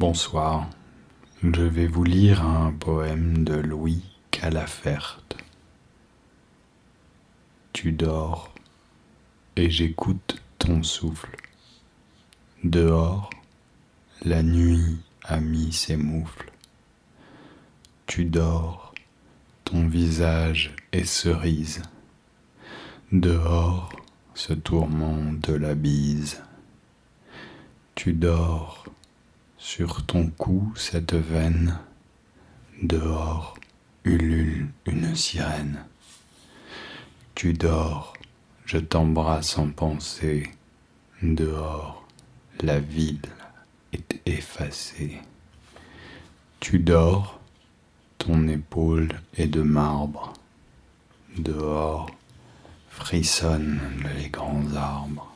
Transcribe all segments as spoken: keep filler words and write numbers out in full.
Bonsoir, je vais vous lire un poème de Louis Calaferte. Tu dors et j'écoute ton souffle. Dehors, la nuit a mis ses moufles. Tu dors, ton visage est cerise. Dehors, ce tourment de la bise. Tu dors, sur ton cou cette veine. Dehors, ulule une sirène. Tu dors, je t'embrasse en pensée. Dehors, la ville est effacée. Tu dors, ton épaule est de marbre. Dehors, frissonnent les grands arbres.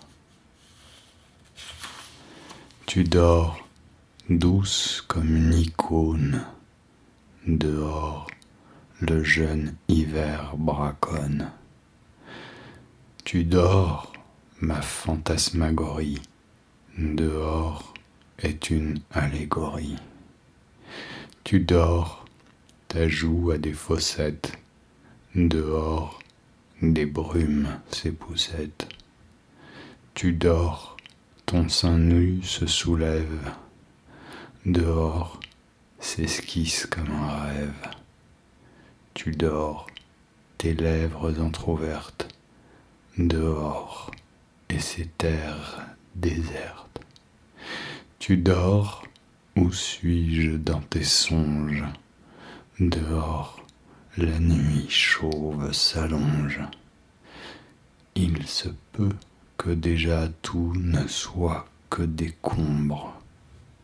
Tu dors, douce comme une icône. Dehors, le jeune hiver braconne. Tu dors, ma fantasmagorie. Dehors est une allégorie. Tu dors, ta joue a des fossettes. Dehors, des brumes s'époussettent. Tu dors, ton sein nu se soulève. Dehors, s'esquisse comme un rêve. Tu dors, tes lèvres entr'ouvertes. Dehors, et ces terres désertes. Tu dors, où suis-je dans tes songes? Dehors, la nuit chauve s'allonge. Il se peut que déjà tout ne soit que décombres.